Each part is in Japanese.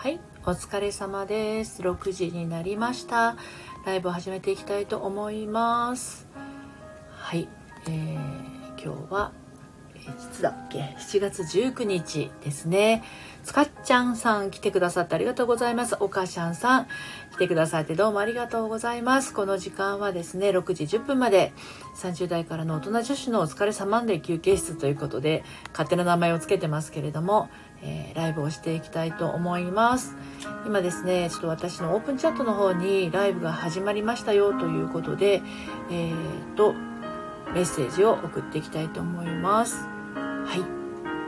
はい、お疲れ様です。6時になりました。ライブを始めていきたいと思います。はい、今日はいつだっけ、7月19日ですね。つかっちゃんさん来てくださってありがとうございます。おかしゃんさん来てくださってどうもありがとうございます。この時間はですね、6時10分まで30代からの大人女子のお疲れ様で休憩室ということで勝手な名前をつけてますけれども、ライブをしていきたいと思います。今ですね、ちょっと私のオープンチャットの方にライブが始まりましたよということで、メッセージを送っていきたいと思います。はい。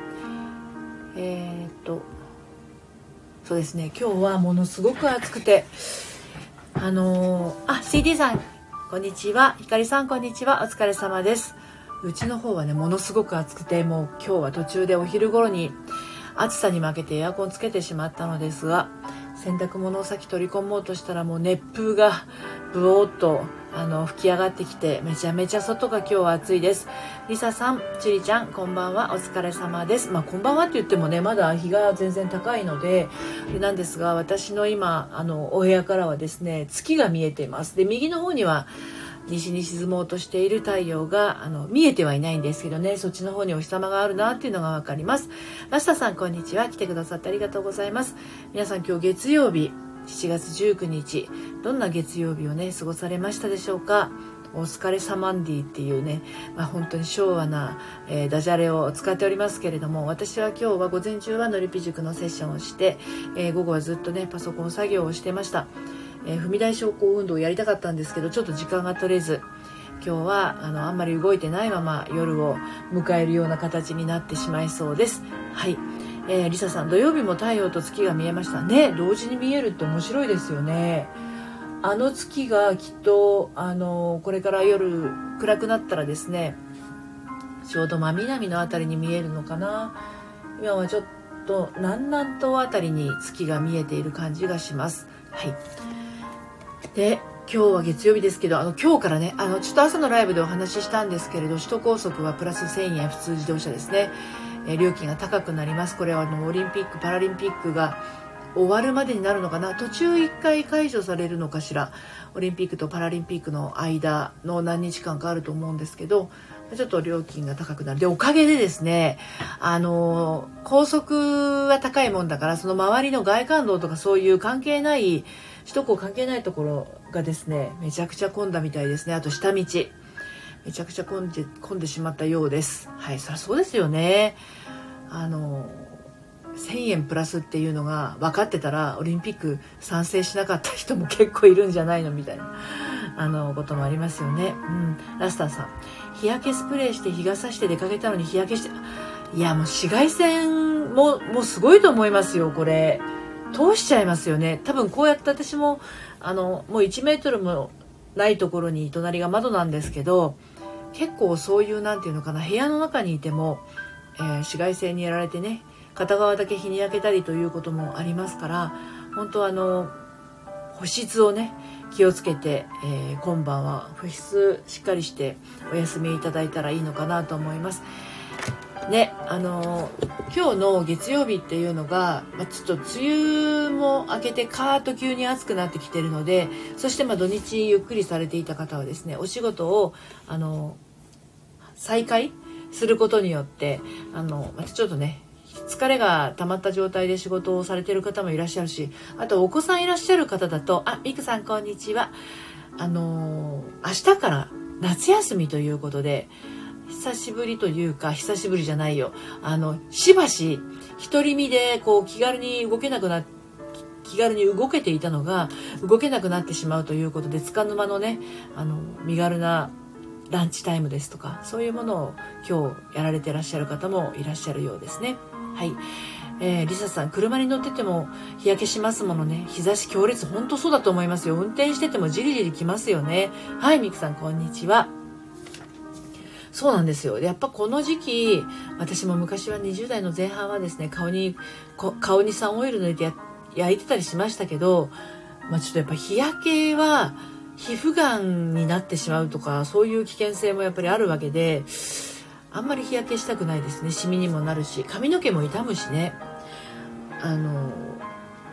そうですね、今日はものすごく暑くて、CD さんこんにちは、ひかりさんこんにちは、お疲れ様です。うちの方はね、ものすごく暑くて、もう今日は途中でお昼頃に暑さに負けてエアコンつけてしまったのですが、洗濯物を先取り込もうとしたらもう熱風がブオーっと吹き上がってきて、めちゃめちゃ外が今日は暑いです。リサさん、チリちゃんこんばんは、お疲れ様です。こんばんはって言ってもね、まだ日が全然高いのでなんですが、私の今お部屋からはですね、月が見えています。で、右の方には西に沈もうとしている太陽が見えてはいないんですけどね、そっちの方にお日様があるなっていうのがわかります。ラスタさんこんにちは、来てくださってありがとうございます。皆さん今日月曜日7月19日、どんな月曜日をね過ごされましたでしょうか。お疲れサマンディっていうね、本当に昭和な、ダジャレを使っておりますけれども、私は今日は午前中はのりぴ塾のセッションをして、午後はずっとねパソコン作業をしてました。踏み台昇降運動をやりたかったんですけど、ちょっと時間が取れず、今日はあんまり動いてないまま夜を迎えるような形になってしまいそうです。はい、リサさん、土曜日も太陽と月が見えましたね。同時に見えるって面白いですよね。月がきっとこれから夜暗くなったらですね、ちょうど真南のあたりに見えるのかな。今はちょっと南南東あたりに月が見えている感じがします。はい。で、今日は月曜日ですけど、今日からね、ちょっと朝のライブでお話ししたんですけれど、首都高速はプラス1000円、普通自動車ですね、料金が高くなります。これはオリンピックパラリンピックが終わるまでになるのかな。途中1回解除されるのかしら。オリンピックとパラリンピックの間の何日間かあると思うんですけど、ちょっと料金が高くなる。で、おかげでですね、高速は高いもんだから、その周りの外環道とかそういう関係ない、首都高関係ないところがですね、めちゃくちゃ混んだみたいですね。あと下道めちゃくちゃ混んでしまったようです。はい、そりゃそうですよね。1000円プラスっていうのが分かってたらオリンピック賛成しなかった人も結構いるんじゃないのみたいなこともありますよね。ラスターさん、日焼けスプレーして日が差して出かけたのに日焼けして、いやもう紫外線もうすごいと思いますよ。これ通しちゃいますよね。多分こうやって私ももう1メートルもないところに隣が窓なんですけど、結構そういうなんていうのかな、部屋の中にいても、紫外線にやられてね、片側だけ日に焼けたりということもありますから、本当保湿をね気をつけて、今晩は保湿しっかりしてお休みいただいたらいいのかなと思いますね。今日の月曜日っていうのが、ちょっと梅雨も明けてカーッと急に暑くなってきてるので、そして土日ゆっくりされていた方はですね、お仕事を再開することによってちょっとね疲れが溜まった状態で仕事をされている方もいらっしゃるし、あとお子さんいらっしゃる方だと、ミクさんこんにちは、明日から夏休みということで、久しぶりというか久しぶりじゃないよ、しばし独り身でこう気軽に動けていたのが動けなくなってしまうということで、束の間のね身軽なランチタイムですとか、そういうものを今日やられていらっしゃる方もいらっしゃるようですね。はい、リサさん、車に乗ってても日焼けしますものね。日差し強烈、本当そうだと思いますよ。運転しててもじりじりきますよね。はい、ミクさんこんにちは。そうなんですよ。やっぱこの時期、私も昔は20代の前半はですね、顔にサンオイル塗いて焼いてたりしましたけど、ちょっとやっぱ日焼けは皮膚がんになってしまうとか、そういう危険性もやっぱりあるわけで、あんまり日焼けしたくないですね。シミにもなるし、髪の毛も傷むしね。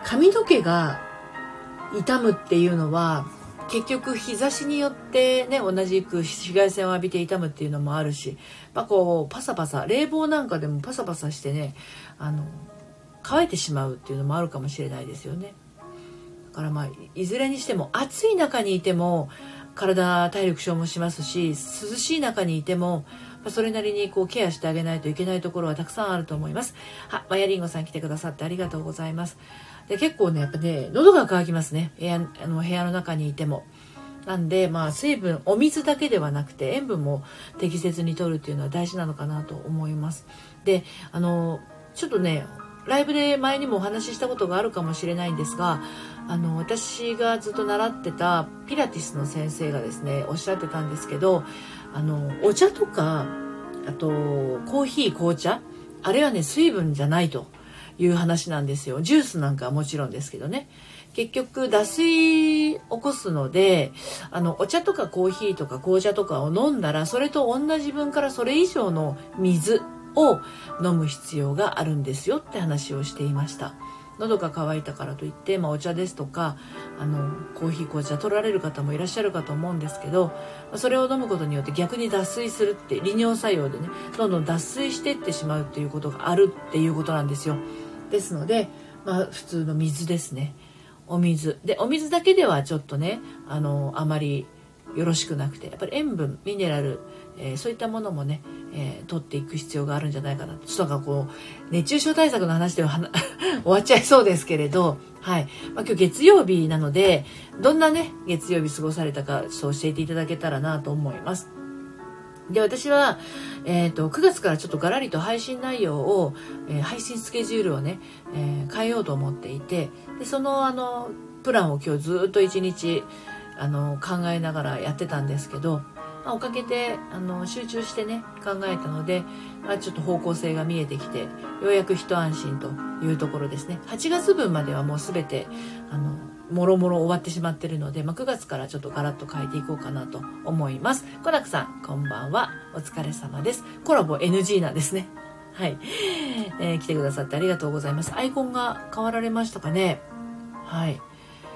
髪の毛が傷むっていうのは結局日差しによってね、同じく紫外線を浴びて傷むっていうのもあるし、こうパサパサ、冷房なんかでもパサパサしてね、乾いてしまうっていうのもあるかもしれないですよね。だからいずれにしても暑い中にいても体力消耗しますし、涼しい中にいてもそれなりにこうケアしてあげないといけないところはたくさんあると思います。マヤリンゴさん来てくださってありがとうございます。で、結構ね、やっぱね、喉が渇きますね。部屋の中にいても。なんで、水分、お水だけではなくて塩分も適切に摂るっていうのは大事なのかなと思います。で、ちょっとね、ライブで前にもお話ししたことがあるかもしれないんですが、私がずっと習ってたピラティスの先生がですね、おっしゃってたんですけど、お茶とか、あとコーヒー、紅茶、あれはね、水分じゃないという話なんですよ。ジュースなんかはもちろんですけどね。結局脱水起こすので、お茶とかコーヒーとか紅茶とかを飲んだら、それと同じ分からそれ以上の水を飲む必要があるんですよって話をしていました。喉が渇いたからといって、お茶ですとかコーヒー紅茶取られる方もいらっしゃるかと思うんですけど、それを飲むことによって逆に脱水するって、利尿作用でね、どんどん脱水していってしまうっていうことがあるっていうことなんですよ。ですので、普通の水ですね。お水で、お水だけではちょっとね、あまりよろしくなくて、やっぱり塩分、ミネラル、そういったものもね、取っていく必要があるんじゃないかな。ちょっとこう熱中症対策の話では終わっちゃいそうですけれど、はい。今日月曜日なので、どんなね月曜日過ごされたかそう教えていただけたらなと思います。で、私は、9月からちょっとガラリと配信内容を、配信スケジュールをね、変えようと思っていて、でそのプランを今日ずっと一日考えながらやってたんですけど、おかげで集中してね考えたので、ちょっと方向性が見えてきて、ようやく一安心というところですね。8月分まではもう全てもろもろ終わってしまっているので、9月からちょっとガラッと変えていこうかなと思います。コナクさんこんばんは、お疲れ様です。コラボ NG なんですね。はい、来てくださってありがとうございます。アイコンが変わられましたかね。はい、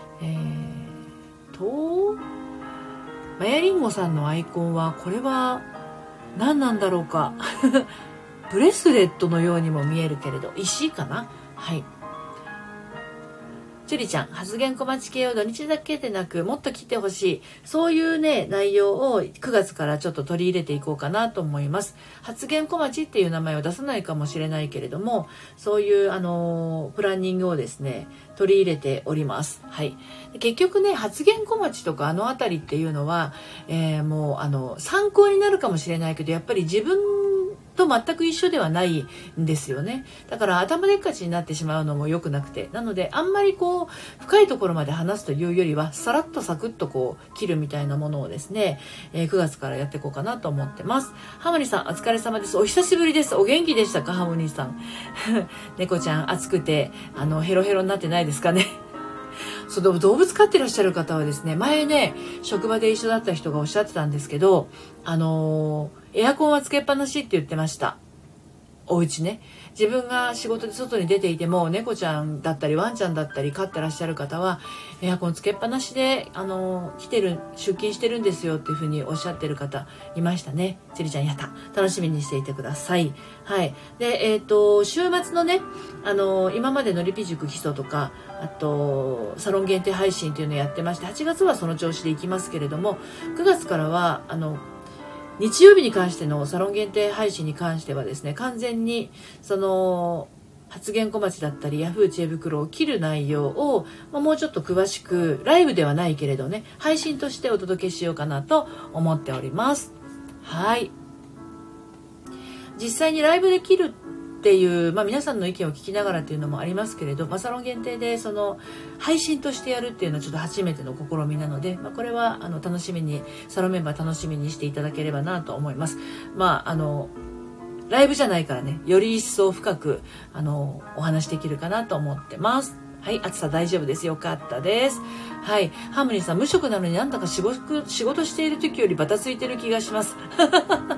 マヤリンゴさんのアイコンは、これは何なんだろうかブレスレットのようにも見えるけれど、石かな。はい。ジュリちゃん、発言小町系を土日だけでなくもっと来てほしい、そういうね内容を9月からちょっと取り入れていこうかなと思います。発言小町っていう名前を出さないかもしれないけれども、そういうプランニングをですね取り入れております。はい。結局ね、発言小町とかあたりっていうのは、もう参考になるかもしれないけど、やっぱり自分と全く一緒ではないんですよね。だから頭でっかちになってしまうのも良くなくて、なのであんまりこう深いところまで話すというよりは、さらっとサクッとこう切るみたいなものをですね、9月からやっていこうかなと思ってます。ハモニーさんお疲れ様です。お久しぶりです。お元気でしたか、ハモニーさん猫ちゃん暑くてヘロヘロになってないですかねそう、動物飼ってらっしゃる方はですね、前ね職場で一緒だった人がおっしゃってたんですけど、エアコンはつけっぱなしって言ってました。お家ね、自分が仕事で外に出ていても、猫ちゃんだったりワンちゃんだったり飼ってらっしゃる方はエアコンつけっぱなしで出勤してるんですよっていうふうにおっしゃってる方いましたね。チリちゃんやった、楽しみにしていてください。はい。で、週末のね今までのリピ塾基礎とか、あとサロン限定配信っていうのをやってまして、8月はその調子でいきますけれども、9月からは日曜日に関してのサロン限定配信に関してはですね、完全にその発言小町だったりヤフー知恵袋を切る内容を、もうちょっと詳しくライブではないけれどね、配信としてお届けしようかなと思っております。はい。実際にライブで切るっていう、皆さんの意見を聞きながらっていうのもありますけれど、サロン限定でその配信としてやるっていうのはちょっと初めての試みなので、これは楽しみに、サロンメンバー楽しみにしていただければなと思います。ライブじゃないからね、より一層深くお話できるかなと思ってます。はい、暑さ大丈夫です。よかったです。はい、ハーモニーさん、無職なのになんだか仕事している時よりバタついてる気がします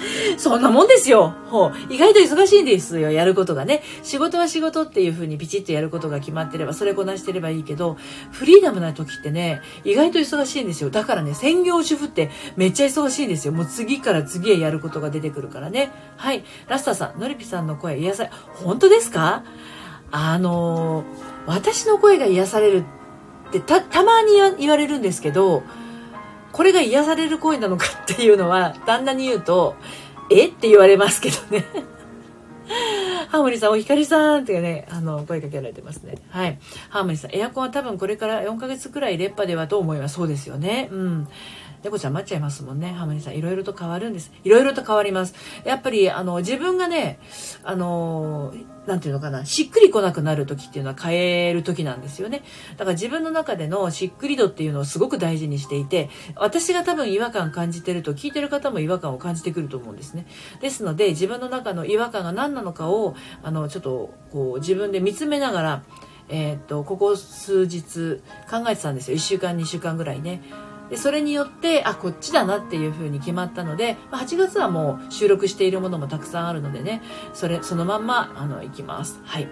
そんなもんですよ。意外と忙しいんですよ、やることがね。仕事は仕事っていう風にピチッとやることが決まってれば、それこなしてればいいけど、フリーダムな時ってね、意外と忙しいんですよ。だからね、専業主婦ってめっちゃ忙しいんですよ。もう次から次へやることが出てくるからね。はい。ラスターさん、のりぴさんの声癒され、本当ですか？私の声が癒されるってたまに言われるんですけど、これが癒される声なのかっていうのは旦那に言うとって言われますけどね。ハーモニーさん、おひかりさんってね、声かけられてますね。はい。ハーモニーさん、エアコンは多分これから4ヶ月くらい熱波ではと思います。そうですよね。うん。猫ちゃん待っちゃいますもんね。ハーモニーさん、いろいろと変わるんです。いろいろと変わります。やっぱり、自分がね、なんていうのかな、しっくりこなくなる時っていうのは変える時なんですよね。だから自分の中でのしっくり度っていうのをすごく大事にしていて、私が多分違和感感じてると、聞いてる方も違和感を感じてくると思うんですね。ですので、自分の中の違和感が何なのかを、ちょっと、こう、自分で見つめながら、ここ数日考えてたんですよ。1週間、2週間ぐらいね。でそれによってこっちだなっていう風に決まったので、8月はもう収録しているものもたくさんあるのでね、そのまんまいきます。はい。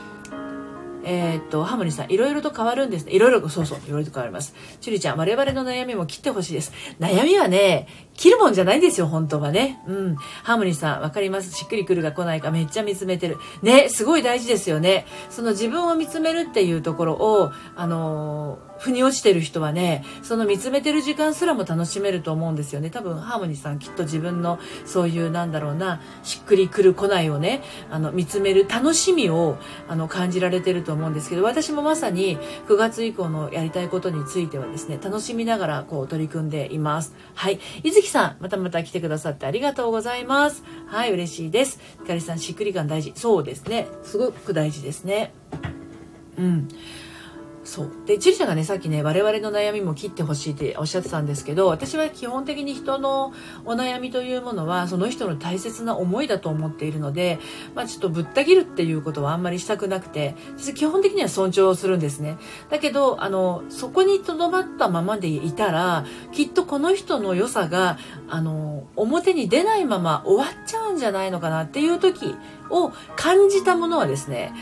ハモニーさん、いろいろと変わるんですね。いろいろと変わります。チュリちゃん、我々の悩みも切ってほしいです。悩みはね、切るもんじゃないんですよ、本当はね。うん。ハモニーさん、わかります。しっくりくるが来ないかめっちゃ見つめてる。ね、すごい大事ですよね。その自分を見つめるっていうところを、腑に落ちてる人はね、その見つめてる時間すらも楽しめると思うんですよね。多分、ハーモニーさんきっと自分のそういうしっくりくる来ないをね、見つめる楽しみを、感じられてると思うんですけど、私もまさに9月以降のやりたいことについてはですね、楽しみながらこう取り組んでいます。はい。いずきさん、また来てくださってありがとうございます。はい、嬉しいです。ひかりさん、しっくり感大事。そうですね。すごく大事ですね。うん。そうで、チリちゃんがね、さっきね、我々の悩みも切ってほしいっておっしゃってたんですけど、私は基本的に人のお悩みというものはその人の大切な思いだと思っているので、ちょっとぶった切るっていうことはあんまりしたくなくて、基本的には尊重するんですね。だけどそこにとどまったままでいたら、きっとこの人の良さが表に出ないまま終わっちゃうんじゃないのかなっていう時を感じたものはですね、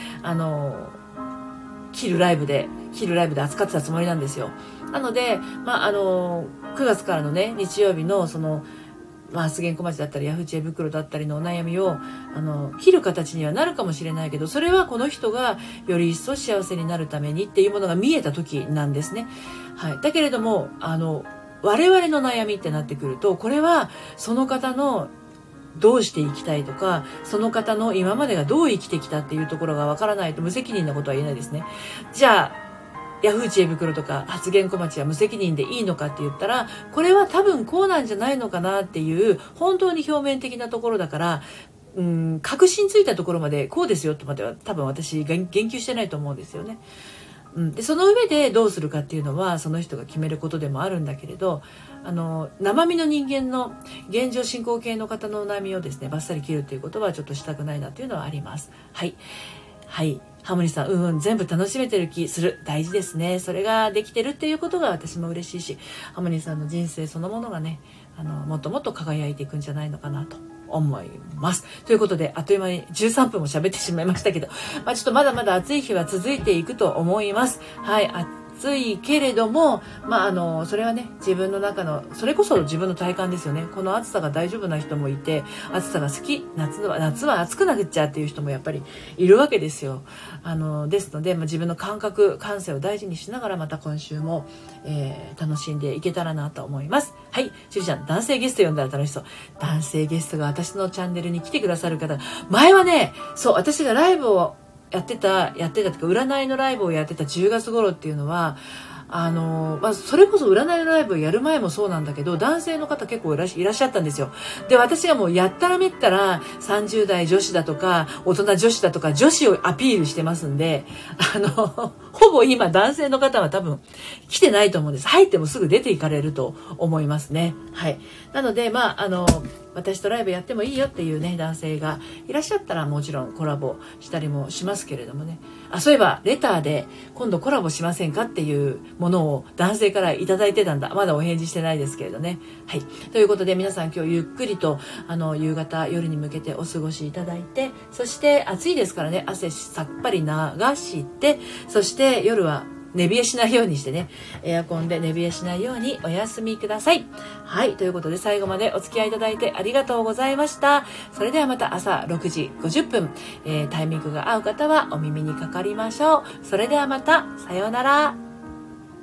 切るライブで扱ってたつもりなんですよ。なので、9月からのね、日曜日の発言小町だったりヤフー知恵袋だったりのお悩みを切る形にはなるかもしれないけど、それはこの人がより一層幸せになるためにっていうものが見えた時なんですね。はい。だけれども我々の悩みってなってくると、これはその方のどうして生きたいとか、その方の今までがどう生きてきたっていうところがわからないと無責任なことは言えないですね。じゃあヤフー知恵袋とか発言小町は無責任でいいのかって言ったら、これは多分こうなんじゃないのかなっていう本当に表面的なところだから、確信ついたところまでこうですよとまでは多分私言及してないと思うんですよね。でその上でどうするかっていうのはその人が決めることでもあるんだけれど、生身の人間の現状進行形の方のお悩みをですねバッサリ切るっていうことはちょっとしたくないなっていうのはあります。はいはい。ハモニさん、全部楽しめてる気する。大事ですね。それができてるっていうことが私も嬉しいし、ハモニさんの人生そのものがね、もっともっと輝いていくんじゃないのかなと思います。ということで、あっという間に13分も喋ってしまいましたけど、ちょっとまだまだ暑い日は続いていくと思います。はい。暑いけれども、それはね、自分の中の、それこそ自分の体感ですよね。この暑さが大丈夫な人もいて、暑さが好き、夏は暑くなっちゃうっていう人もやっぱりいるわけですよ。ですので、自分の感性を大事にしながら、また今週も、楽しんでいけたらなと思います。はい。しゅうちゃん、男性ゲスト呼んだら楽しそう。男性ゲストが私のチャンネルに来てくださる方、前はね、そう、私がライブをやってたというか、占いのライブをやってた10月頃っていうのは、それこそ占いのライブをやる前もそうなんだけど、男性の方結構いらっしゃったんですよ。で、私がもうやったらめったら30代女子だとか、大人女子だとか、女子をアピールしてますんで、ほぼ今男性の方は多分来てないと思うんです。入ってもすぐ出ていかれると思いますね。はい。なので、私とライブやってもいいよっていうね、男性がいらっしゃったらもちろんコラボしたりもしますけれどもね。そういえばレターで今度コラボしませんかっていうものを男性からいただいてたんだ。まだお返事してないですけれどね。はい。ということで皆さん今日ゆっくりと夕方夜に向けてお過ごしいただいて、そして暑いですからね、汗さっぱり流して、そして夜は寝冷えしないようにしてね、エアコンで寝冷えしないようにお休みください。はい。ということで最後までお付き合いいただいてありがとうございました。それではまた朝6時50分、タイミングが合う方はお耳にかかりましょう。それではまた、さようなら。